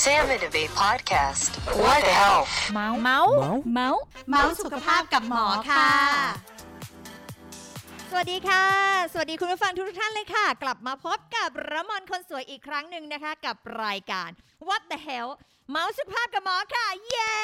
Sam and Abe podcast. What the hell? เมาส์สุขภาพกับหมอค่ะสวัสดีค่ะสวัสดีคุณผู้ฟังทุกท่านเลยค่ะกลับมาพบกับระมอนคนสวยอีกครั้งหนึ่งนะคะกับรายการ What the hell เมาส์สุขภาพกับหมอค่ะเย้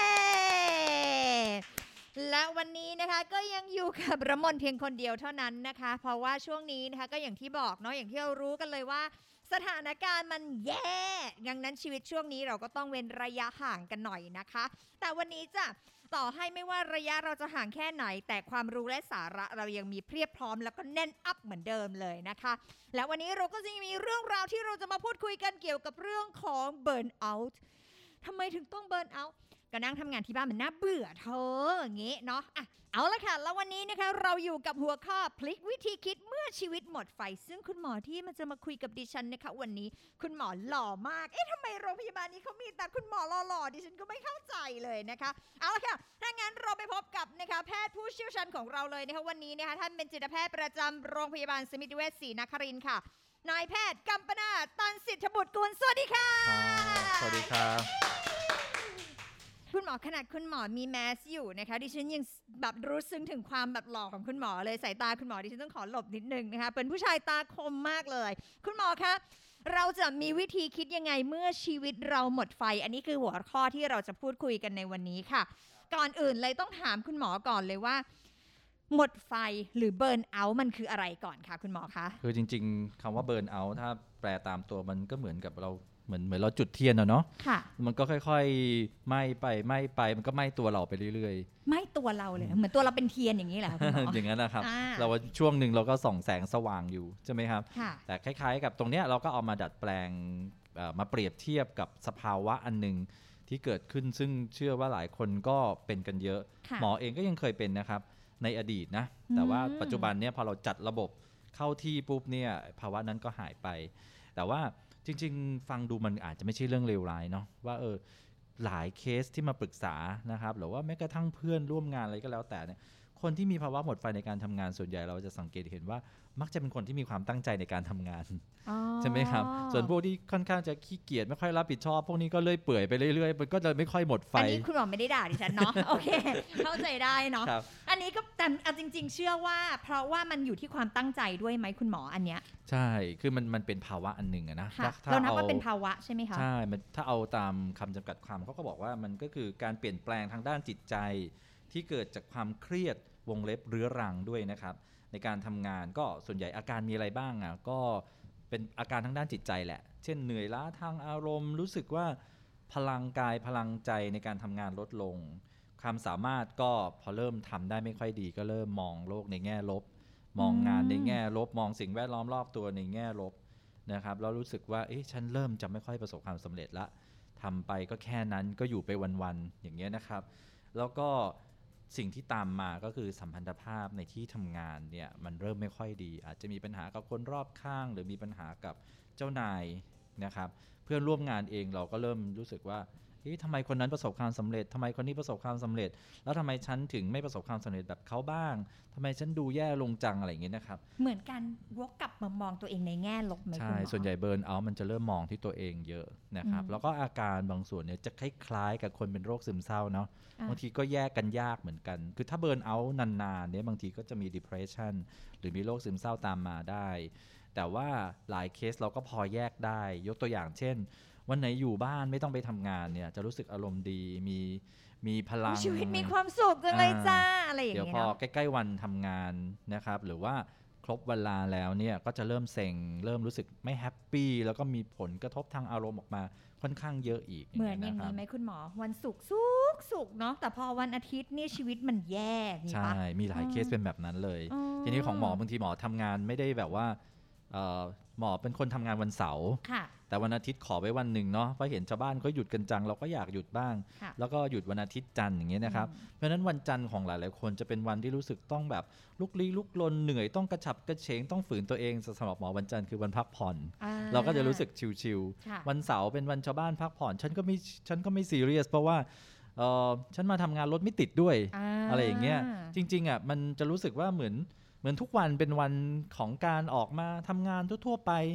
และวันนี้นะคะก็ยังอยู่กับระมอนเพียงคนเดียวเท่านั้นนะคะเพราะว่าช่วงนี้นะคะก็อย่างที่บอกเนาะอย่างที่เรารู้กันเลยว่าสถานการณ์มันแย่ดังนั้นชีวิตช่วงนี้เราก็ต้องเว้นระยะห่างกันหน่อยนะคะแต่วันนี้จ้ะต่อให้ไม่ว่าระยะเราจะห่างแค่ไหนแต่ความรู้และสาระเรายังมีเพียบพร้อมแล้วก็แน่นอัพเหมือนเดิมเลยนะคะและวันนี้เราก็จะมีเรื่องราวที่เราจะมาพูดคุยกันเกี่ยวกับเรื่องของเบิร์นเอาท์ทำไมถึงต้องเบิร์นเอาท์ก็นั่งทำงานที่บ้านมันน่าเบื่อเธออย่างงี้เนาะเอาละค่ะแล้ววันนี้นะคะเราอยู่กับหัวข้อพลิกวิธีคิดเมื่อชีวิตหมดไฟซึ่งคุณหมอที่มันจะมาคุยกับดิฉันนะคะวันนี้คุณหมอหล่อมากทำไมโรงพยาบาลนี้เขามีแต่คุณหมอหล่อๆดิฉันก็ไม่เข้าใจเลยนะคะเอาละค่ะถ้างั้นเราไปพบกับนะคะแพทย์ผู้เชี่ยวชาญของเราเลยนะคะวันนี้นะคะท่านเป็นจิตแพทย์ประจำโรงพยาบาลสมิติเวชศรีนครินทร์ค่ะนายแพทย์กัมปนาถ ตันสิทธบุตรกุลสวัสดีค่ะสวัสดีครับคุณหมอขนาดคุณหมอมีแมสอยู่นะคะดิฉันยังแบบรู้ซึ้งถึงความแบบหล่อของคุณหมอเลยสายตาคุณหมอดิฉันต้องขอหลบนิดนึงนะคะเป็นผู้ชายตาคมมากเลยคุณหมอคะเราจะมีวิธีคิดยังไงเมื่อชีวิตเราหมดไฟอันนี้คือหัวข้อที่เราจะพูดคุยกันในวันนี้ค่ะก่อนอื่นเลยต้องถามคุณหมอก่อนเลยว่าหมดไฟหรือเบิร์นเอาท์มันคืออะไรก่อนคะคุณหมอคะคือจริงๆคำว่าเบิร์นเอาท์ถ้าแปลตามตัวมันก็เหมือนกับเราเหมือนเราจุดเทียนเนาะมันก็ค่อยๆไหม้ไปมันก็ไหม้ตัวเราไปเรื่อยๆไหม้ตัวเราเลยเหมือนตัวเราเป็นเทียนอย่างนี้แหละคุณหมออย่างนั้นนะครับเราช่วงหนึ่งเราก็ส่องแสงสว่างอยู่ใช่ไหมครับแต่คล้ายๆกับตรงเนี้ยเราก็เอามาดัดแปลงมาเปรียบเทียบกับสภาวะอันนึงที่เกิดขึ้นซึ่งเชื่อว่าหลายคนก็เป็นกันเยอะหมอเองก็ยังเคยเป็นนะครับในอดีตนะแต่ว่าปัจจุบันเนี่ยพอเราจัดระบบเข้าที่ปุ๊บเนี่ยภาวะนั้นก็หายไปแต่ว่าจริงๆฟังดูมันอาจจะไม่ใช่เรื่องเลวร้ายเนาะว่าหลายเคสที่มาปรึกษานะครับหรือว่าแม้กระทั่งเพื่อนร่วมงานอะไรก็แล้วแต่เนี่ยคนที่มีภาวะหมดไฟในการทำงานส่วนใหญ่เราจะสังเกตเห็นว่ามักจะเป็นคนที่มีความตั้งใจในการทำงานใช่ไหมครับส่วนพวกที่ค่อนข้างจะขี้เกียจไม่ค่อยรับผิดชอบพวกนี้ก็เลื่อยเปื่อยไปเรื่อยๆมันก็จะไม่ค่อยหมดไฟอันนี้คุณหมอไม่ได้ด่าดิฉันเนาะ โอเคเข้าใจได้เนาะอันนี้ก็แต่จริงๆเชื่อว่าเพราะว่ามันอยู่ที่ความตั้งใจด้วยไหมคุณหมออันเนี้ยใช่คือมันเป็นภาวะอันหนึ่งนะเรานับว่าเป็นภาวะใช่ไหมคะใช่ถ้าเอาตามคำจำกัดความเขาก็บอกว่ามันก็คือการเปลี่ยนแปลงทางด้านจิตใจที่เกิดจากความเครียดวงเล็บเรื้อรังด้วยนะครับในการทำงานก็ส่วนใหญ่อาการมีอะไรบ้างก็เป็นอาการทางด้านจิตใจแหละเช่นเหนื่อยล้าทางอารมณ์รู้สึกว่าพลังกายพลังใจในการทำงานลดลงความสามารถก็พอเริ่มทำได้ไม่ค่อยดีก็เริ่มมองโลกในแง่ลบมองงานในแง่ลบมองสิ่งแวดล้อมรอบตัวในแง่ลบนะครับแล้วรู้สึกว่าฉันเริ่มจะไม่ค่อยประสบความสำเร็จละทำไปก็แค่นั้นก็อยู่ไปวันๆอย่างเงี้ยนะครับแล้วก็สิ่งที่ตามมาก็คือสัมพันธภาพในที่ทำงานเนี่ยมันเริ่มไม่ค่อยดีอาจจะมีปัญหากับคนรอบข้างหรือมีปัญหากับเจ้านายนะครับเพื่อนร่วมงานเองเราก็เริ่มรู้สึกว่าทำไมคนนั้นประสบความสำเร็จทำไมคนนี้ประสบความสำเร็จแล้วทำไมฉันถึงไม่ประสบความสำเร็จแบบเขาบ้างทำไมฉันดูแย่ลงจังอะไรอย่างเงี้ยนะครับเหมือนกันวกกลับมามองตัวเองในแง่ลบไหมคุณหมอใช่ส่วนใหญ่เบิร์นเอาท์มันจะเริ่มมองที่ตัวเองเยอะนะครับแล้วก็อาการบางส่วนเนี่ยจะคล้ายๆกับคนเป็นโรคซึมเศร้าเนาะบางทีก็แยกกันยากเหมือนกันคือถ้าเบิร์นเอาท์นานๆเนี่ยบางทีก็จะมี depression หรือมีโรคซึมเศร้าตามมาได้แต่ว่าหลายเคสเราก็พอแยกได้ยกตัวอย่างเช่นวันไหนอยู่บ้านไม่ต้องไปทำงานเนี่ยจะรู้สึกอารมณ์ดีมีพลังชีวิตมีความสุขจังเลยจ้าอะไรอย่างเงี้ยเดี๋ยวพอใกล้ๆวันทำงานนะครับหรือว่าครบเวลาแล้วเนี่ยก็จะเริ่มเซ็งเริ่มรู้สึกไม่แฮปปี้แล้วก็มีผลกระทบทางอารมณ์ออกมาค่อนข้างเยอะอีกเหมือนอย่างนี้ไหมคุณหมอวันศุกร์สุกเนาะแต่พอวันอาทิตย์นี่ชีวิตมันแย่ใช่มีหลายเคสเป็นแบบนั้นเลยทีนี้ของหมอบางทีหมอทำงานไม่ได้แบบว่าหมอเป็นคนทำงานวันเสาร์แต่วันอาทิตย์ขอไว้วันหนึ่งเนาะเพราะเห็นชาวบ้านเขาหยุดกันจังเราก็อยากหยุดบ้างแล้วก็หยุดวันอาทิตย์จันทร์อย่างเงี้ยนะครับเพราะฉะนั้นวันจันทร์ของหลายๆคนจะเป็นวันที่รู้สึกต้องแบบลุกลี้ลุกลนเหนื่อยต้องกระฉับกระเฉงต้องฝืนตัวเองสำหรับหมอวันจันทร์คือวันพักผ่อนเราก็จะรู้สึกชิลๆวันเสาร์เป็นวันชาวบ้านพักผ่อนฉันก็ไม่ซีเรียสเพราะว่าฉันมาทำงานรถไม่ติดด้วย อะไรอย่างเงี้ยจริงๆมันจะรู้สึกว่าเหมือนทุกวันเป็นวันของการออกมาทำงานทั่วๆไป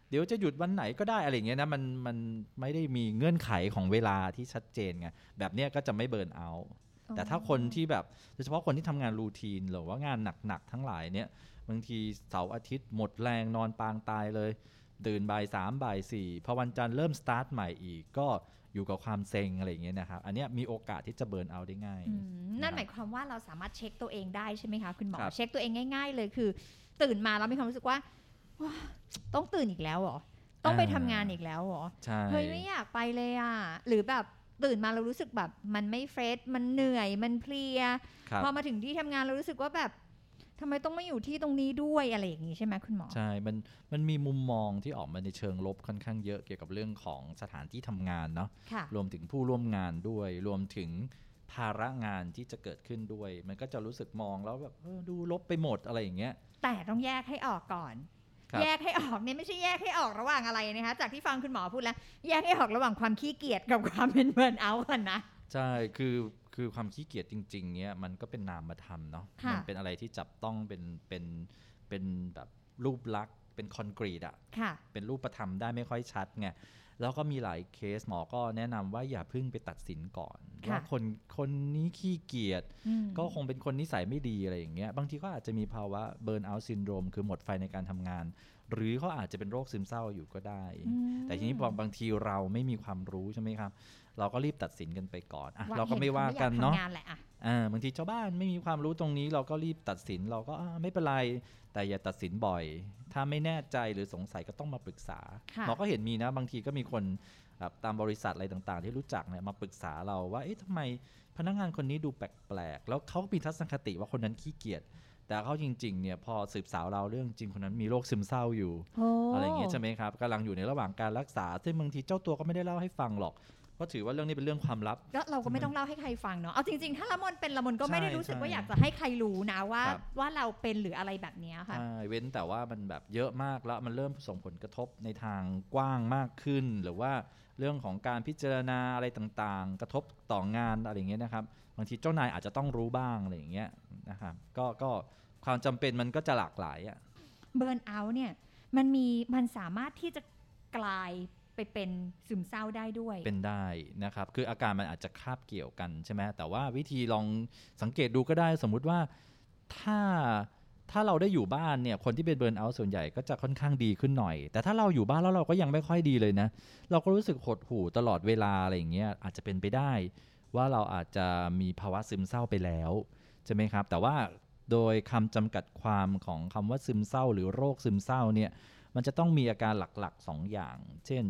เดี๋ยวจะหยุดวันไหนก็ได้อะไรอย่างเงี้ยนะมันไม่ได้มีเงื่อนไขของเวลาที่ชัดเจนไงแบบเนี้ยก็จะไม่เบิร์นเอาท์แต่ถ้าคนที่แบบโดยเฉพาะคนที่ทำงานรูทีนหรือว่างานหนักๆทั้งหลายเนี่ยบางทีเสาร์อาทิตย์หมดแรงนอนปางตายเลยตื่นบ่าย3บ่าย4พอวันจันทร์เริ่มสตาร์ทใหม่อีกก็อยู่กับความเซ็งอะไรอย่างเงี้ยนะครับอันเนี้ยมีโอกาสที่จะเบิร์นเอาท์ได้ง่ายนั่นหมายความว่าเราสามารถเช็คตัวเองได้ใช่ไหมคะคุณหมอครับเช็คตัวเองง่ายๆเลยคือตื่นมาแล้วมีความรู้สึกว่าต้องตื่นอีกแล้วเหรอต้องไปทำงานอีกแล้วเหรอใช่เฮ้ยไม่อยากไปเลยอ่ะหรือแบบตื่นมาเรารู้สึกแบบมันไม่เฟรชมันเหนื่อยมันเพลียครับพอมาถึงที่ทำงานเรารู้สึกว่าแบบทำไมต้องมาอยู่ที่ตรงนี้ด้วยอะไรอย่างนี้ใช่ไหมคุณหมอใช่มันมีมุมมองที่ออกมาในเชิงลบค่อนข้างเยอะเกี่ยวกับเรื่องของสถานที่ทำงานเนาะค่ะรวมถึงผู้ร่วมงานด้วยรวมถึงภาระงานที่จะเกิดขึ้นด้วยมันก็จะรู้สึกมองแล้วแบบดูลบไปหมดอะไรอย่างเงี้ยแต่ต้องแยกให้ออกก่อนครับแยกให้ออกเนี่ยไม่ใช่แยกให้ออกระหว่างอะไรนะคะจากที่ฟังคุณหมอพูดแล้วแยกให้ออกระหว่างความขี้เกียจกับความเป็นเบิร์นเอาท์กันนะใช่คือความขี้เกียจจริงๆเนี้ยมันก็เป็นนามธรรมเนาะค่ะมันเป็นอะไรที่จับต้องเป็นแบบรูปลักษณ์เป็นคอนกรีตอะค่ะเป็นรูปธรรมได้ไม่ค่อยชัดไงแล้วก็มีหลายเคสหมอก็แนะนำว่าอย่าเพิ่งไปตัดสินก่อนค่ะว่าคนนี้ขี้เกียจอืมก็คงเป็นคนนิสัยไม่ดีอะไรอย่างเงี้ยบางทีก็อาจจะมีภาวะเบิร์นเอาท์ซินโดรมคือหมดไฟในการทำงาน หรือเขาอาจจะเป็นโรคซึมเศร้าอยู่ก็ได้ แต่ทีนี้บางทีเราไม่มีความรู้ใช่ไหมครับเราก็รีบตัดสินกันไปก่อนอ่ะเราก็ไม่ว่ากันเนาะห็ขไม่อยกทำงแหละอะบางทีชาวบ้านไม่มีความรู้ตรงนี้เราก็รีบตัดสินเราก็ไม่เป็นไรแต่อย่าตัดสินบ่อย ถ้าไม่แน่ใจหรือสงสัยก็ต้องมาปรึกษาค่ะหมอก็เห็นมีนะบางทีก็มีคนแบบตามบริษัทอะไรต่างๆ ที่รู้จักเนี่ยมาปรึกษาเราว่าเอ๊ะทำไมพนักงานคนนี้ดูแปลกๆแล้วเขามีทัศนคติว่าคนนั้นขี้เกียจแต่เขาจริงๆเนี่ยพอสืบสาวเราเรื่องจริงคนนั้นมีโรคซึมเศร้าอยู่ อะไรอย่างเงี้ยใช่ไหมครับกำลังอยู่ในระหว่างการรักษาซึ่งบางทีเจ้าตัวก็ไม่ได้เล่าให้ฟังหรอกเพราะถือว่าเรื่องนี้เป็นเรื่องความลับก็เราก็ไม่ต้องเล่าให้ใครฟังเนาะเอาจริงๆถ้าละมนเป็นละมนก็ไม่ได้รู้สึกว่าใช่อยากจะให้ใครรู้นะว่าครับว่าเราเป็นหรืออะไรแบบเนี้ยค่ะใช่เว้นแต่ว่ามันแบบเยอะมากแล้วมันเริ่มส่งผลกระทบในทางกว้างมากขึ้น หรือว่าเรื่องของการพิจารณาอะไรต่างๆ กระทบต่องานอะไรอย่างเงี้ยนะครับบางทีเจ้านายอาจจะต้องรู้บ้างอะไรอย่างเงี้ยนะครับก็ความจำเป็นมันก็จะหลากหลายอ่ะเบิร์นเอาท์เนี่ยมันสามารถที่จะกลายไปเป็นซึมเศร้าได้ด้วยเป็นได้นะครับคืออาการมันอาจจะคาบเกี่ยวกันใช่ไหมแต่ว่าวิธีลองสังเกตดูก็ได้สมมุติว่าถ้าเราได้อยู่บ้านเนี่ยคนที่เป็นเบิร์นเอาท์ส่วนใหญ่ก็จะค่อนข้างดีขึ้นหน่อยแต่ถ้าเราอยู่บ้านแล้วเราก็ยังไม่ค่อยดีเลยนะเราก็รู้สึกหดหู่ตลอดเวลาอะไรอย่างเงี้ยอาจจะเป็นไปได้ว่าเราอาจจะมีภาวะซึมเศร้าไปแล้วใช่ไหมครับแต่ว่าโดยคำจำกัดความของคำว่าซึมเศร้าหรือโรคซึมเศร้าเนี่ยมันจะต้องมีอาการหลักๆ2อย่างเช่น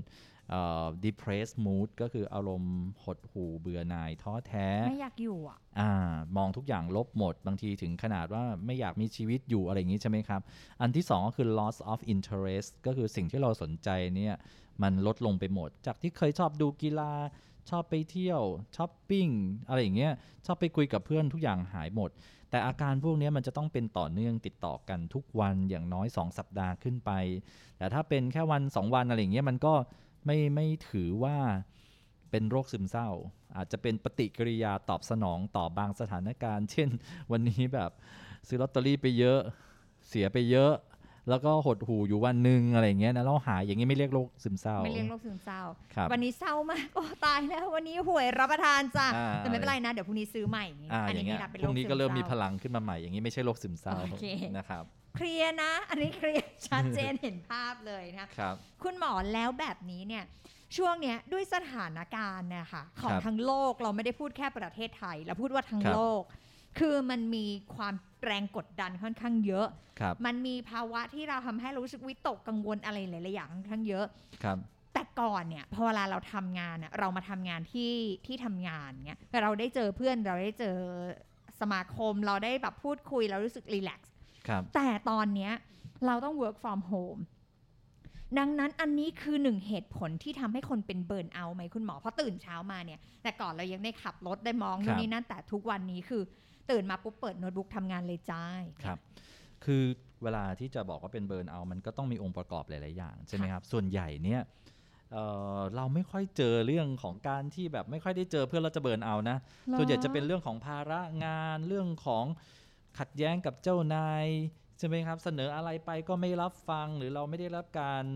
depressed mood ก็คืออารมณ์หดหู่เบื่อหน่ายท้อแท้ไม่อยากอยู่อ่ะมองทุกอย่างลบหมดบางทีถึงขนาดว่าไม่อยากมีชีวิตอยู่อะไรอย่างนี้ใช่ไหมครับอันที่2ก็คือ loss of interest ก็คือสิ่งที่เราสนใจเนี่ยมันลดลงไปหมดจากที่เคยชอบดูกีฬาชอบไปเที่ยวช้อปปิ้งอะไรอย่างเงี้ยชอบไปคุยกับเพื่อนทุกอย่างหายหมดแต่อาการพวกนี้มันจะต้องเป็นต่อเนื่องติดต่อกันทุกวันอย่างน้อย2สัปดาห์ขึ้นไปแต่ถ้าเป็นแค่วัน2วันอะไรอย่างเงี้ยมันก็ไม่ถือว่าเป็นโรคซึมเศร้าอาจจะเป็นปฏิกิริยาตอบสนองต่อบางสถานการณ์เช่นวันนี้แบบซื้อลอตเตอรี่ไปเยอะเสียไปเยอะแล้วก็หดหู่อยู่วันหนึ่งอะไรอย่างเงี้ยนะแล้วหายอย่างงี้ไม่เรียกโรคซึมเศร้าไม่เรียกโรคซึมเศร้าครับวันนี้เศร้ามากโอ้ตายแล้ววันนี้หวยรับประทานจ้ะอ่าแต่ไม่เป็นไรนะเดี๋ยวพรุ่งนี้ซื้อใหม่อันอย่านี้งเงี้ยไม่นับเป็นพโรรุ่คงซึนี้มก็เริ่มเศร้ามีพลังขึ้นมาใหม่อย่างงี้ไม่ใช่โรคซึมเศร้าโอเคนะครับเคลียร์นะอันนี้เคลียร์ชัดเจนเห็นภาพเลยนะครับ คุณหมอแล้วแบบนี้เนี่ยช่วงเนี้ยด้วยสถานการณ์เนี่ยค่ะของครับทั้งโลกเราไม่ได้พูดแค่ประเทศไทยเราพูดว่าทั้งครับโลก คือมันมีความแรงกดดันค่อนข้างเยอะครับมันมีภาวะที่เราทำให้เรารู้สึกวิตกกังวลอะไรหลายๆอย่างค่อนข้างเยอะครับแต่ก่อนเนี่ยพอเวลาเราทำงานอะเรามาทำงานที่ทำงานเงี้ยเราได้เจอเพื่อนเราได้เจอสมาคมเราได้แบบพูดคุยเรารู้สึกรีแลกซ์ครับแต่ตอนเนี้ยเราต้อง work from home ดังนั้นอันนี้คือหนึ่งเหตุผลที่ทำให้คนเป็นเบิร์นเอาท์ไหมคุณหมอเพราะตื่นเช้ามาเนี่ยแต่ก่อนเรายังได้ขับรถได้มองนู่นนี่นั่นแต่ทุกวันนี้คือตื่นมาปุ๊บเปิดโน้ตบุ๊กทำงานเลยจ้าครับคือเวลาที่จะบอกว่าเป็นเบิร์นเอาท์มันก็ต้องมีองค์ประกอบหลายๆอย่างใช่ไหมครับส่วนใหญ่เนี่ยเราไม่ค่อยเจอเรื่องของการที่แบบไม่ค่อยได้เจอเพื่อนเราจะเบิร์นเอาท์นะส่วนใหญ่จะเป็นเรื่องของภาระงานเรื่องของขัดแย้งกับเจ้านายใช่ไหมครับเสนออะไรไปก็ไม่รับฟังหรือเราไม่ได้รับการ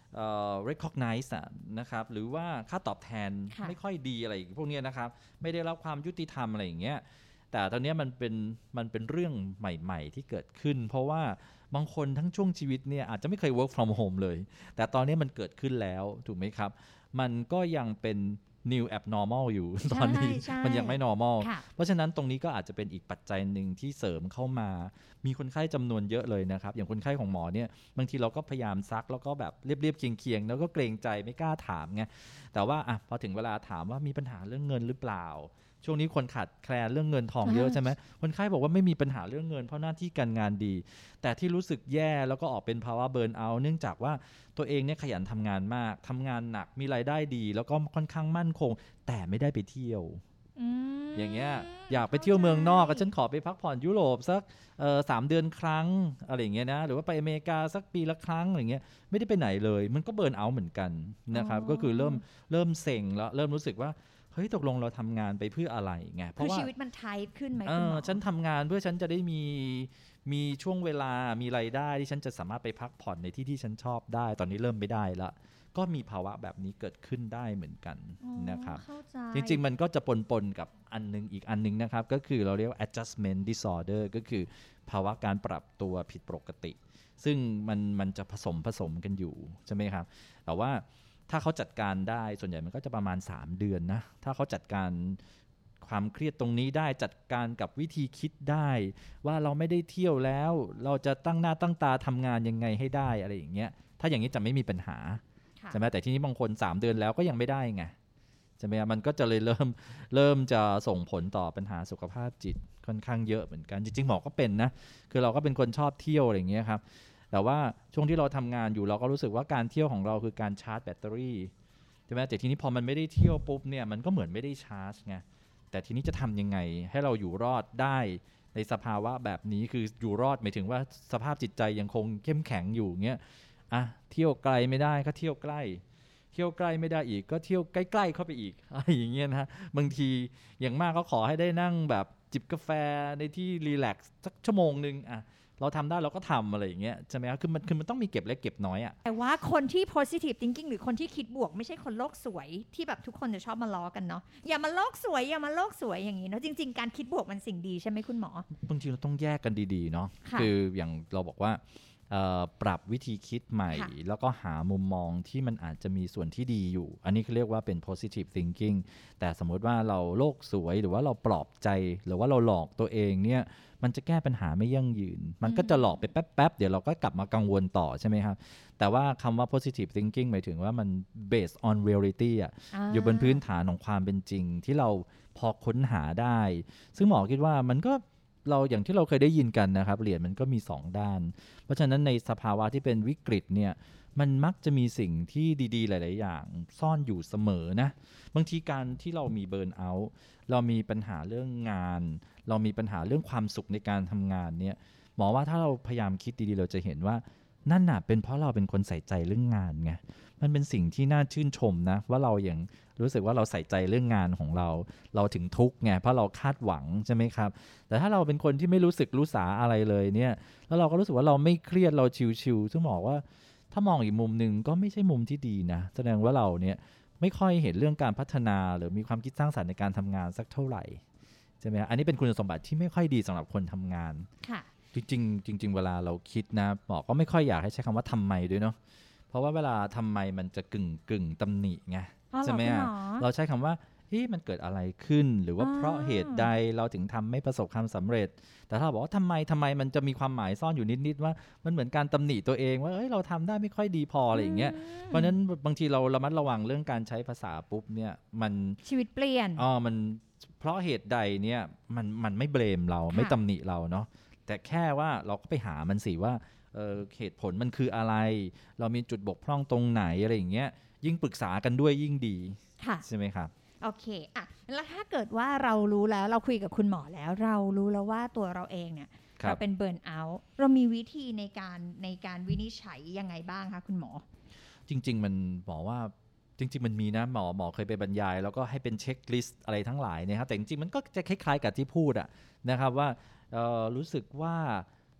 recognize นะครับหรือว่าค่าตอบแทนไม่ค่อยดีอะไรพวกนี้นะครับไม่ได้รับความยุติธรรมอะไรอย่างเงี้ยแต่ตอนนี้มันเป็นเรื่องใหม่ๆที่เกิดขึ้นเพราะว่าบางคนทั้งช่วงชีวิตเนี่ยอาจจะไม่เคย work from home เลยแต่ตอนนี้มันเกิดขึ้นแล้วถูกไหมครับมันก็ยังเป็น new abnormal อยู่ตอนนี้มันยังไม่ normal เพราะฉะนั้นตรงนี้ก็อาจจะเป็นอีกปัจจัยหนึ่งที่เสริมเข้ามามีคนไข้จำนวนเยอะเลยนะครับอย่างคนไข้ของหมอเนี่ยบางทีเราก็พยายามซักแล้วก็แบบเรียบๆเคียงๆแล้วก็เกรงใจไม่กล้าถามไงแต่ว่าพอถึงเวลาถามว่ามีปัญหาเรื่องเงินหรือเปล่าช่วงนี้คนขาดแคลนเรื่องเงินทองเยอะใช่ไหมคนไข้บอกว่าไม่มีปัญหาเรื่องเงินเพราะหน้าที่การงานดีแต่ที่รู้สึกแย่แล้วก็ออกเป็นภาวะเบิร์นเอาท์เนื่องจากว่าตัวเองเนี่ยขยันทำงานมากทำงานหนักมีรายได้ดีแล้วก็ค่อนข้างมั่นคงแต่ไม่ได้ไปเที่ยวอย่างเงี้ยอยากไปเที่ยวเมืองนอกก็ฉันขอไปพักผ่อนยุโรปสัก3 เดือนครั้งอะไรอย่างเงี้ยนะหรือว่าไปอเมริกาสักปีละครั้งอะไรเงี้ยไม่ได้ไปไหนเลยมันก็เบิร์นเอาท์เหมือนกันนะครับก็คือเริ่มเซ็งแล้วเริ่มรู้สึกว่าเฮ้ยตกลงเราทำงานไปเพื่ออะไรไงเพราะว่าชีวิตมันไทป์ขึ้นไหมคุณหมอฉันทำงานเพื่อฉันจะได้มีช่วงเวลามีรายได้ที่ฉันจะสามารถไปพักผ่อนในที่ฉันชอบได้ตอนนี้เริ่มไม่ได้ละก็มีภาวะแบบนี้เกิดขึ้นได้เหมือนกันนะครับจริงๆมันก็จะปนกับอีกอันนึงนะครับก็คือเราเรียกว่า adjustment disorder ก็คือภาวะการปรับตัวผิดปกติซึ่งมันจะผสมกันอยู่ใช่ไหมครับแต่ว่าถ้าเขาจัดการได้ส่วนใหญ่มันก็จะประมาณ3 เดือนนะถ้าเขาจัดการความเครียดตรงนี้ได้จัดการกับวิธีคิดได้ว่าเราไม่ได้เที่ยวแล้วเราจะตั้งหน้าตั้งตาทำงานยังไงให้ได้อะไรอย่างเงี้ยถ้าอย่างนี้จะไม่มีปัญหาใช่ไหมแต่ที่นี้บางคน3 เดือนแล้วก็ยังไม่ได้ไงใช่ไหมมันก็จะเลยเริ่มจะส่งผลต่อปัญหาสุขภาพจิตค่อนข้างเยอะเหมือนกันจริงๆหมอก็เป็นนะคือเราก็เป็นคนชอบเที่ยวอะไรอย่างเงี้ยครับแต่ว่าช่วงที่เราทำงานอยู่เราก็รู้สึกว่าการเที่ยวของเราคือการชาร์จแบตเตอรี่ใช่ไหมแต่ทีนี้พอมันไม่ได้เที่ยวปุ๊บเนี่ยมันก็เหมือนไม่ได้ชาร์จไงแต่ทีนี้จะทำยังไงให้เราอยู่รอดได้ในสภาวะแบบนี้คืออยู่รอดหมายถึงว่าสภาพจิตใจยังคงเข้มแข็งอยู่เงี้ยเที่ยวไกลไม่ได้ก็เที่ยวใกล้เที่ยวใกล้ไม่ได้อีกก็เที่ยวใกล้ๆเข้าไปอีกอะไรอย่างเงี้ยนะบางทีอย่างมากก็ขอให้ได้นั่งแบบจิบกาแฟในที่รีแลกซ์สักชั่วโมงนึงเราทำได้เราก็ทำอะไรอย่างเงี้ยใช่ไหมครับคือมันต้องมีเก็บเล็กเก็บน้อยแต่ว่าคนที่ positive thinking หรือคนที่คิดบวกไม่ใช่คนโลกสวยที่แบบทุกคนจะชอบมาล้อกันเนาะอย่ามาโลกสวยอย่างนี้เนาะจริงๆการคิดบวกมันสิ่งดีใช่ไหมคุณหมอบางทีเราต้องแยกกันดีๆเนาะคืออย่างเราบอกว่าปรับวิธีคิดใหม่แล้วก็หามุมมองที่มันอาจจะมีส่วนที่ดีอยู่อันนี้เขาเรียกว่าเป็น positive thinking แต่สมมติว่าเราโลกสวยหรือว่าเราปลอบใจหรือว่าเราหลอกตัวเองเนี่ยมันจะแก้ปัญหาไม่ยั่งยืนมันก็จะหลอกไปแป๊บๆเดี๋ยวเราก็กลับมากังวลต่อใช่ไหมครับแต่ว่าคำว่า positive thinking หมายถึงว่ามัน based on reality อยู่บนพื้นฐานของความเป็นจริงที่เราพอค้นหาได้ซึ่งหมอคิดว่ามันก็เราอย่างที่เราเคยได้ยินกันนะครับเหรียญมันก็มี2 ด้านเพราะฉะนั้นในสภาวะที่เป็นวิกฤตเนี่ยมันมักจะมีสิ่งที่ดีๆหลายๆอย่างซ่อนอยู่เสมอนะบางทีการที่เรามีเบิร์นเอาท์เรามีปัญหาเรื่องงานเรามีปัญหาเรื่องความสุขในการทำงานเนี่ยหมอว่าถ้าเราพยายามคิดดีๆเราจะเห็นว่านั่นน่ะเป็นเพราะเราเป็นคนใส่ใจเรื่องงานไงมันเป็นสิ่งที่น่าชื่นชมนะว่าเราอย่างรู้สึกว่าเราใส่ใจเรื่องงานของเราถึงทุกข์ไงเพราะเราคาดหวังใช่ไหมครับแต่ถ้าเราเป็นคนที่ไม่รู้สึกรู้สาอะไรเลยเนี่ยแล้วเราก็รู้สึกว่าเราไม่เครียดเราชิลๆซึ่งบอกว่าถ้ามองอีกมุมนึงก็ไม่ใช่มุมที่ดีนะแสดงว่าเราเนี่ยไม่ค่อยเห็นเรื่องการพัฒนาหรือมีความคิดสร้างสรรค์ในการทำงานสักเท่าไหร่ใช่ไหมอันนี้เป็นคุณสมบัติที่ไม่ค่อยดีสำหรับคนทำงานจริงเวลาเราคิดนะหมอก็ไม่ค่อยอยากให้ใช้คำว่าทำไมด้วยเนาะเพราะว่าเวลาทำไมมันจะกึ่งตำหนิไงใช่ไหมเราใช้คำว่ามันเกิดอะไรขึ้นหรือว่าเพราะเหตุใดเราถึงทำไม่ประสบความสำเร็จแต่ถ้าบอกว่าทำไมมันจะมีความหมายซ่อนอยู่นิดๆว่ามันเหมือนการตำหนิตัวเองว่าเราทำได้ไม่ค่อยดีพออะไรอย่างเงี้ยเพราะนั้นบางทีเราระมัดระวังเรื่องการใช้ภาษาปุ๊บเนี่ยมันชีวิตเปลี่ยนมันเพราะเหตุใดเนี่ยมันไม่เบลมเราไม่ตำหนิเราเนาะแต่แค่ว่าเราก็ไปหามันสิว่าเหตุผลมันคืออะไรเรามีจุดบกพร่องตรงไหนอะไรอย่างเงี้ยยิ่งปรึกษากันด้วยยิ่งดีใช่ไหมครับโอเคแล้วถ้าเกิดว่าเรารู้แล้วเราคุยกับคุณหมอแล้วเรารู้แล้วว่าตัวเราเองเนี่ยเราเป็นเบิร์นเอาท์เรามีวิธีในการวินิจฉัยยังไงบ้างคะคุณหมอจริงๆมันหมอว่าจริงๆมันมีนะหมอเคยไปบรรยายแล้วก็ให้เป็นเช็คลิสต์อะไรทั้งหลายนะครับแต่จริงๆมันก็จะคล้ายๆกับที่พูดนะครับว่ารู้สึกว่า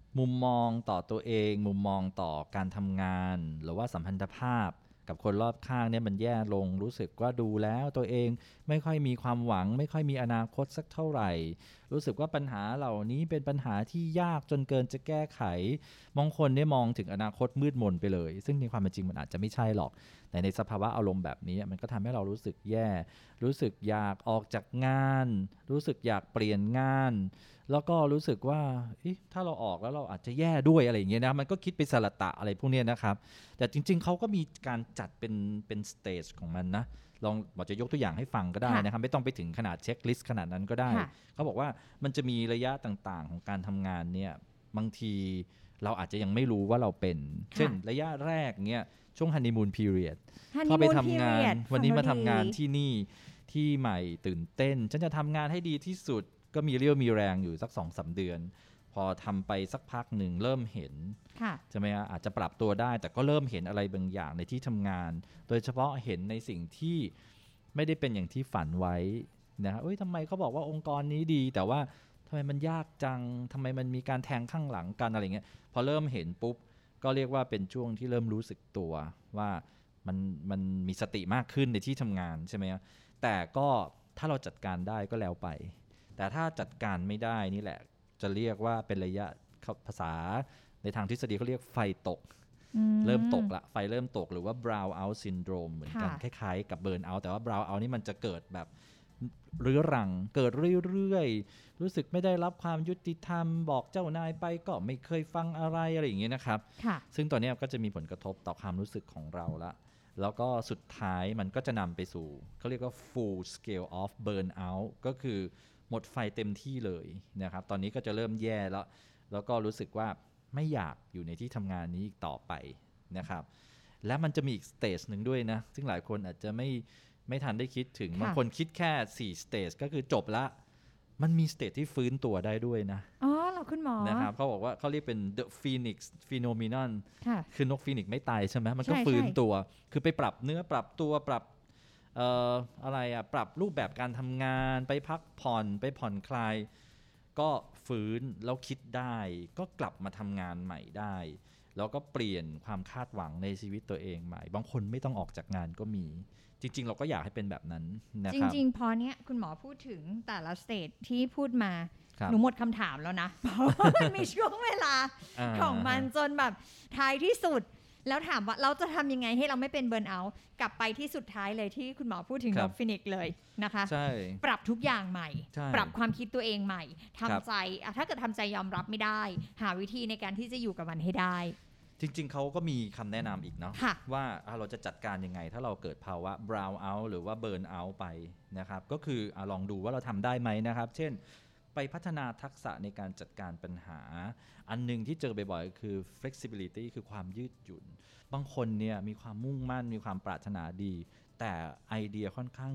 มุมมองต่อตัวเองมุมมองต่อการทำงานหรือว่าสัมพันธภาพกับคนรอบข้างเนี่ยมันแย่ลงรู้สึกว่าดูแล้วตัวเองไม่ค่อยมีความหวังไม่ค่อยมีอนาคตสักเท่าไหร่รู้สึกว่าปัญหาเหล่านี้เป็นปัญหาที่ยากจนเกินจะแก้ไขบางคนเนี่ยมองถึงอนาคตมืดมนไปเลยซึ่งในความเป็นจริงมันอาจจะไม่ใช่หรอกแต่ในสภาวะอารมณ์แบบนี้มันก็ทำให้เรารู้สึกแย่รู้สึกอยากออกจากงานรู้สึกอยากเปลี่ยนงานแล้วก็รู้สึกว่าถ้าเราออกแล้วเราอาจจะแย่ด้วยอะไรอย่างเงี้ยนะมันก็คิดไปสละตะอะไรพวกนี้นะครับแต่จริงๆเขาก็มีการจัดเป็นสเตจของมันนะลองบอกจะยกตัวอย่างให้ฟังก็ได้นะครับไม่ต้องไปถึงขนาดเช็คลิสต์ขนาดนั้นก็ได้เขาบอกว่ามันจะมีระยะต่างๆของการทำงานเนี่ยบางทีเราอาจจะยังไม่รู้ว่าเราเป็นเช่นระยะแรกเนี่ยช่วงฮันนีมูนพีเรียดเข้าไปทำงานวันนี้มาทำงานที่นี่ที่ใหม่ตื่นเต้นฉันจะทำงานให้ดีที่สุดก็มีเรี่ยวมีแรงอยู่สัก 2-3 เดือนพอทำไปสักพักหนึ่งเริ่มเห็นใช่ไหมอาจจะปรับตัวได้แต่ก็เริ่มเห็นอะไรบางอย่างในที่ทำงานโดยเฉพาะเห็นในสิ่งที่ไม่ได้เป็นอย่างที่ฝันไว้นะทำไมเขาบอกว่าองค์กรนี้ดีแต่ว่าทำไมมันยากจังทำไมมันมีการแทงข้างหลังกันอะไรเงี้ยพอเริ่มเห็นปุ๊บก็เรียกว่าเป็นช่วงที่เริ่มรู้สึกตัวว่ามันมีสติมากขึ้นในที่ทำงานใช่ไหมแต่ก็ถ้าเราจัดการได้ก็แล้วไปแต่ถ้าจัดการไม่ได้นี่แหละจะเรียกว่าเป็นระยะภาษาในทางทฤษฎีเขาเรียกไฟตกเริ่มตกละไฟเริ่มตกหรือว่า brown out syndrome เหมือนกันคล้ายๆกับ burn out แต่ว่า brown out นี่มันจะเกิดแบบเรื้อรังเกิดเรื่อยๆรู้สึกไม่ได้รับความยุติธรรมบอกเจ้านายไปก็ไม่เคยฟังอะไรอย่างเงี้ยนะครับซึ่งตัวนี้ก็จะมีผลกระทบต่อความรู้สึกของเราละแล้วก็สุดท้ายมันก็จะนำไปสู่เขาเรียกว่า full scale of burnout ก็คือหมดไฟเต็มที่เลยนะครับตอนนี้ก็จะเริ่มแย่แล้วก็รู้สึกว่าไม่อยากอยู่ในที่ทำงานนี้อีกต่อไปนะครับและมันจะมีอีกสเตจหนึ่งด้วยนะซึ่งหลายคนอาจจะไม่ทันได้คิดถึงบางคนคิดแค่4สเตจก็คือจบละมันมีสเตจที่ฟื้นตัวได้ด้วยนะเหรอคุณหมอนะครับเขาบอกว่าเขาเรียกเป็น the phoenix phenomenon คือนกฟีนิกซ์ไม่ตายใช่ไหมมันก็ฟื้นตัวคือไปปรับเนื้อปรับตัวปรับอะไรปรับรูปแบบการทำงานไปพักผ่อนไปผ่อนคลายก็ฟื้นแล้วคิดได้ก็กลับมาทำงานใหม่ได้แล้วก็เปลี่ยนความคาดหวังในชีวิตตัวเองใหม่บางคนไม่ต้องออกจากงานก็มีจริงๆเราก็อยากให้เป็นแบบนั้นนะครับจริงๆพอเนี้ยคุณหมอพูดถึงแต่ละสเตจที่พูดมาหนูหมดคำถามแล้วนะเพราะว่ามันมีช่วงเวลาของมันจนแบบท้ายที่สุดแล้วถามว่าเราจะทำยังไงให้เราไม่เป็นเบิร์นเอาท์กลับไปที่สุดท้ายเลยที่คุณหมอพูดถึงนกฟินิกซ์เลยนะคะปรับทุกอย่างใหม่ปรับความคิดตัวเองใหม่ทำใจถ้าเกิดทำใจยอมรับไม่ได้หาวิธีในการที่จะอยู่กับมันให้ได้จริงๆเขาก็มีคำแนะนำอีกเนาะว่าเราจะจัดการยังไงถ้าเราเกิดภาวะ brown out หรือว่า burn out ไปนะครับก็คือลองดูว่าเราทำได้ไหมนะครับเช่นไปพัฒนาทักษะในการจัดการปัญหาอันนึงที่เจอบ่อยๆคือ flexibility คือความยืดหยุ่นบางคนเนี่ยมีความมุ่งมั่นมีความปรารถนาดีแต่ไอเดียค่อนข้าง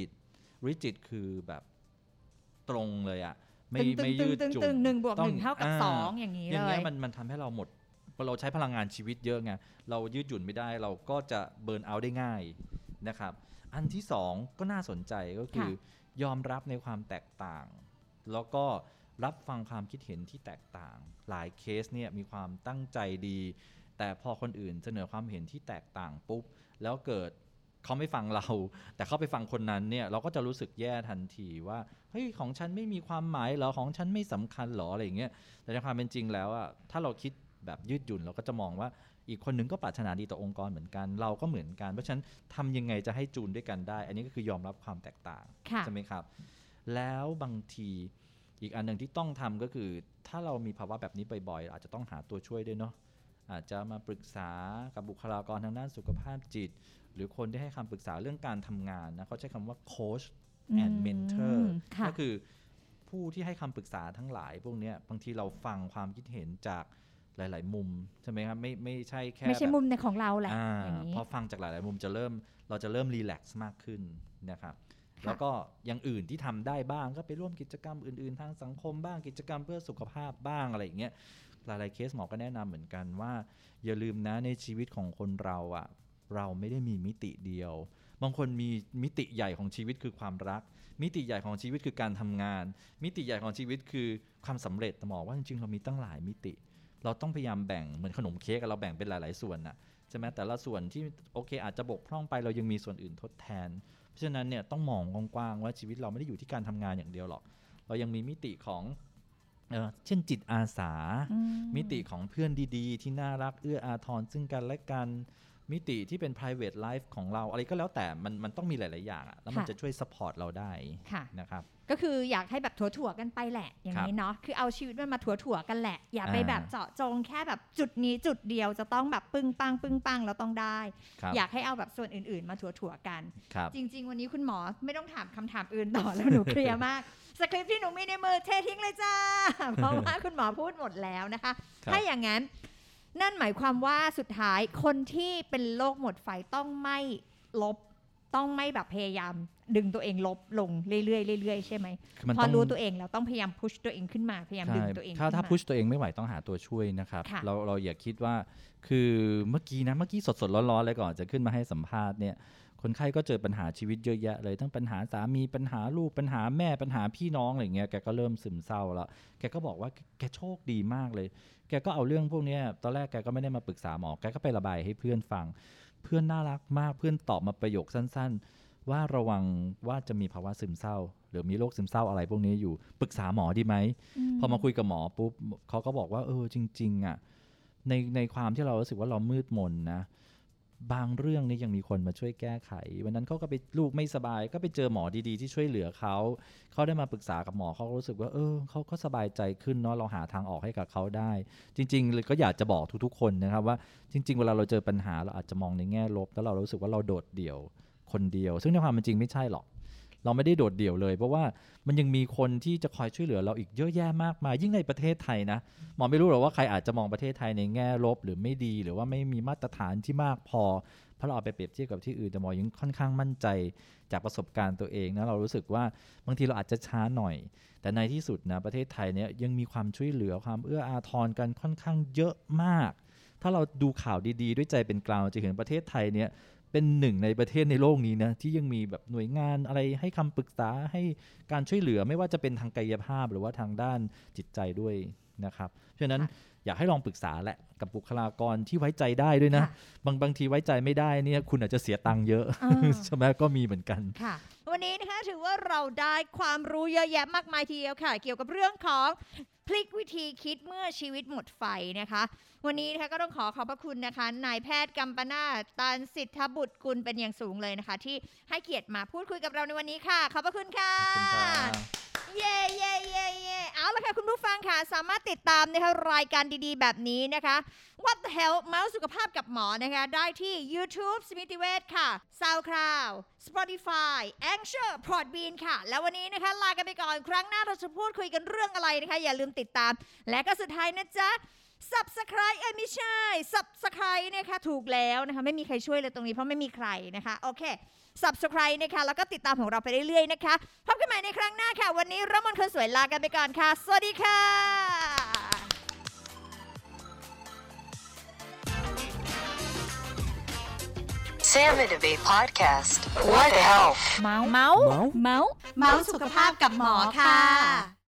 rigid คือแบบตรงเลยไม่ยืดหยุ่น 1 บวก 1 เท่ากับ 2อย่างนี้เลยอย่างเงี้ยมันทำให้เราหมดเราใช้พลังงานชีวิตเยอะไงเรายืดหยุ่นไม่ได้เราก็จะเบิร์นเอาท์ได้ง่ายนะครับอันที่2ก็น่าสนใจก็คือยอมรับในความแตกต่างแล้วก็รับฟังความคิดเห็นที่แตกต่างหลายเคสเนี่ยมีความตั้งใจดีแต่พอคนอื่นเสนอความเห็นที่แตกต่างปุ๊บแล้วเกิดเขาไม่ฟังเราแต่เขาไปฟังคนนั้นเนี่ยเราก็จะรู้สึกแย่ทันทีว่าเฮ้ยของฉันไม่มีความหมายเหรอของฉันไม่สำคัญเหรออะไรอย่างเงี้ยแต่ในความเป็นจริงแล้วถ้าเราคิดแบบยืดหยุ่นเราก็จะมองว่าอีกคนนึงก็ปรารถนาดีต่อองค์กรเหมือนกันเราก็เหมือนกันเพราะฉะนั้นทำยังไงจะให้จูนด้วยกันได้อันนี้ก็คือยอมรับความแตกต่างใช่ไหมครับแล้วบางทีอีกอันนึงที่ต้องทำก็คือถ้าเรามีภาวะแบบนี้บ่อยๆอาจจะต้องหาตัวช่วยด้วยเนาะอาจจะมาปรึกษากับบุคลากรทางด้านสุขภาพจิตหรือคนที่ให้คำปรึกษาเรื่องการทำงานนะเขาใช้คำว่า coach and mentor ก็คือผู้ที่ให้คำปรึกษาทั้งหลายพวกนี้บางทีเราฟังความคิดเห็นจากหลายๆมุมใช่ไหมครับไม่ใช่แค่ไม่ใช่มุมในของเราแหละอย่างนี้พอฟังจากหลายๆมุมเราจะเริ่มรีแลกซ์มากขึ้นนะครับแล้วก็อย่างอื่นที่ทำได้บ้างก็ไปร่วมกิจกรรมอื่นๆทางสังคมบ้างกิจกรรมเพื่อสุขภาพบ้างอะไรอย่างเงี้ยหลายๆเคสหมอก็แนะนำเหมือนกันว่าอย่าลืมนะในชีวิตของคนเราเราไม่ได้มีมิติเดียวบางคนมีมิติใหญ่ของชีวิตคือความรักมิติใหญ่ของชีวิตคือการทำงานมิติใหญ่ของชีวิตคือความสำเร็จแต่หมอว่าจริงๆเรามีตั้งหลายมิติเราต้องพยายามแบ่งเหมือนขนมเค้กเราแบ่งเป็นหลายๆส่วนนะใช่ไหมแต่ละส่วนที่โอเคอาจจะบกพร่องไปเรายังมีส่วนอื่นทดแทนเพราะฉะนั้นเนี่ยต้องมองกว้างๆว่าชีวิตเราไม่ได้อยู่ที่การทำงานอย่างเดียวหรอกเรายังมีมิติของเช่นจิตอาสามิติของเพื่อนดีๆที่น่ารักเอื้ออาทรซึ่งกันและกันมิติที่เป็น private life ของเราอะไรก็แล้วแต่มันต้องมีหลายๆอย่างแล้วมันจะช่วย support เราได้นะครับก็คืออยากให้แบบถั่วๆกันไปแหละอย่างนี้เนาะคือเอาชีวิตมันมาถั่วๆกันแหละอย่าไปแบบเจาะจงแค่แบบจุดนี้จุดเดียวจะต้องแบบปึ้งปังเราต้องได้อยากให้เอาแบบส่วนอื่นๆมาถั่วๆกันจริงๆวันนี้คุณหมอไม่ต้องถามคำถามอื่นต่อแล้วหนูเคลียร์มากสคริปต์ที่หนูมีในมือเททิ้งเลยจ้าเพราะว่าคุณหมอพูดหมดแล้วนะคะถ้าอย่างนั้นนั่นหมายความว่าสุดท้ายคนที่เป็นโรคหมดไฟต้องไม่ลบต้องไม่แบบพยายามดึงตัวเองลบลงเรื่อยๆใช่ไหมพอรู้ตัวเองแล้วต้องพยายามพุชตัวเองขึ้นมาพยายามดึงตัวเองถ้าพุชตัวเองไม่ไหวต้องหาตัวช่วยนะครับเราอย่าคิดว่าคือเมื่อกี้สดๆร้อนๆเลยก่อนจะขึ้นมาให้สัมภาษณ์เนี่ยคนไข้ก็เจอปัญหาชีวิตเยอะแยะเลยทั้งปัญหาสามีปัญหาลูกปัญหาแม่ปัญหาพี่น้องอะไรเงี้ยแกก็เริ่มซึมเศร้าแล้วแกก็บอกว่าแกโชคดีมากเลยแกก็เอาเรื่องพวกนี้ตอนแรกแกก็ไม่ได้มาปรึกษาหมอแกก็ไประบายให้เพื่อนฟังเพื่อนน่ารักมากเพื่อนตอบมาประโยคสั้นๆว่าระวังว่าจะมีภาวะซึมเศร้าหรือมีโรคซึมเศร้าอะไรพวกนี้อยู่ปรึกษาหมอดีไหมพอมาคุยกับหมอปุ๊บเขาก็บอกว่าจริงๆอ่ะในความที่เรารู้สึกว่าเรามืดมนนะบางเรื่องนี่ยังมีคนมาช่วยแก้ไขวันนั้นเขาก็ไปลูกไม่สบายก็ไปเจอหมอดีๆที่ช่วยเหลือเขาได้มาปรึกษากับหมอเขารู้สึกว่าเขาก็สบายใจขึ้นเนาะเราหาทางออกให้กับเขาได้จริงๆเลยก็อยากจะบอกทุกๆคนนะครับว่าจริงๆเวลาเราเจอปัญหาเราอาจจะมองในแง่ลบแล้วเรารู้สึกว่าเราโดดเดี่ยวคนเดียวซึ่งในความเป็นจริงไม่ใช่หรอกเราไม่ได้โดดเดี่ยวเลยเพราะว่ามันยังมีคนที่จะคอยช่วยเหลือเราอีกเยอะแยะมากมายยิ่งในประเทศไทยนะหมอไม่รู้หรอกว่าใครอาจจะมองประเทศไทยในแง่ลบหรือไม่ดีหรือว่าไม่มีมาตรฐานที่มากพอเพราะเราเอาไปเปรียบเทียบกับที่อื่นแต่หมอยังค่อนข้างมั่นใจจากประสบการณ์ตัวเองนะเรารู้สึกว่าบางทีเราอาจจะช้าหน่อยแต่ในที่สุดนะประเทศไทยเนี่ยยังมีความช่วยเหลือความเอื้ออาทรกันค่อนข้างเยอะมากถ้าเราดูข่าวดีๆด้วยใจเป็นกลางจะเห็นประเทศไทยเนี่ยเป็นหนึ่งในประเทศในโลกนี้นะที่ยังมีแบบหน่วยงานอะไรให้คำปรึกษาให้การช่วยเหลือไม่ว่าจะเป็นทางกายภาพหรือว่าทางด้านจิตใจด้วยนะครับเพราะฉะนั้นอยากให้ลองปรึกษาแหละกับบุคลากรที่ไว้ใจได้ด้วยนะบางทีไว้ใจไม่ได้เนี่ยคุณอาจจะเสียตังค์เยอะใช่ไหมก็มีเหมือนกันค่ะวันนี้นะคะถือว่าเราได้ความรู้เยอะแยะมากมายทีเดียวค่ะเกี่ยวกับเรื่องของพลิกวิธีคิดเมื่อชีวิตหมดไฟนะคะวันนี้นะคะก็ต้องขอบพระคุณนะคะนายแพทย์กัมปนาถ ตันสิทธบุตรกุลเป็นอย่างสูงเลยนะคะที่ให้เกียรติมาพูดคุยกับเราในวันนี้ค่ะขอบพระคุณค่ะเย้เย้เย้เย้เอาละค่ะคุณผู้ฟังค่ะสามารถติดตามนะคะรายการดีๆแบบนี้นะคะ What the Hell เมาส์สุขภาพกับหมอนะคะได้ที่ YouTube สมิติเวชค่ะ SoundCloud Spotify Anchor Podbean ค่ะแล้ววันนี้นะคะลากันไปก่อนครั้งหน้าเราจะพูดคุยกันเรื่องอะไรนะคะอย่าลืมติดตามและก็สุดท้ายนะจ๊ะ Subscribe ไม่ใช่ Subscribe นะคะถูกแล้วนะคะไม่มีใครช่วยเลยตรงนี้เพราะไม่มีใครนะคะโอเค Subscribe นะคะแล้วก็ติดตามของเราไปเรื่อยๆนะคะพบกันใหม่ในครั้งหน้าค่ะวันนี้รมนคนสวยลากันไปก่อนค่ะสวัสดีค่ะ Sam and Abe Podcast What the Health เมาส์สุขภาพกับหมอค่ะ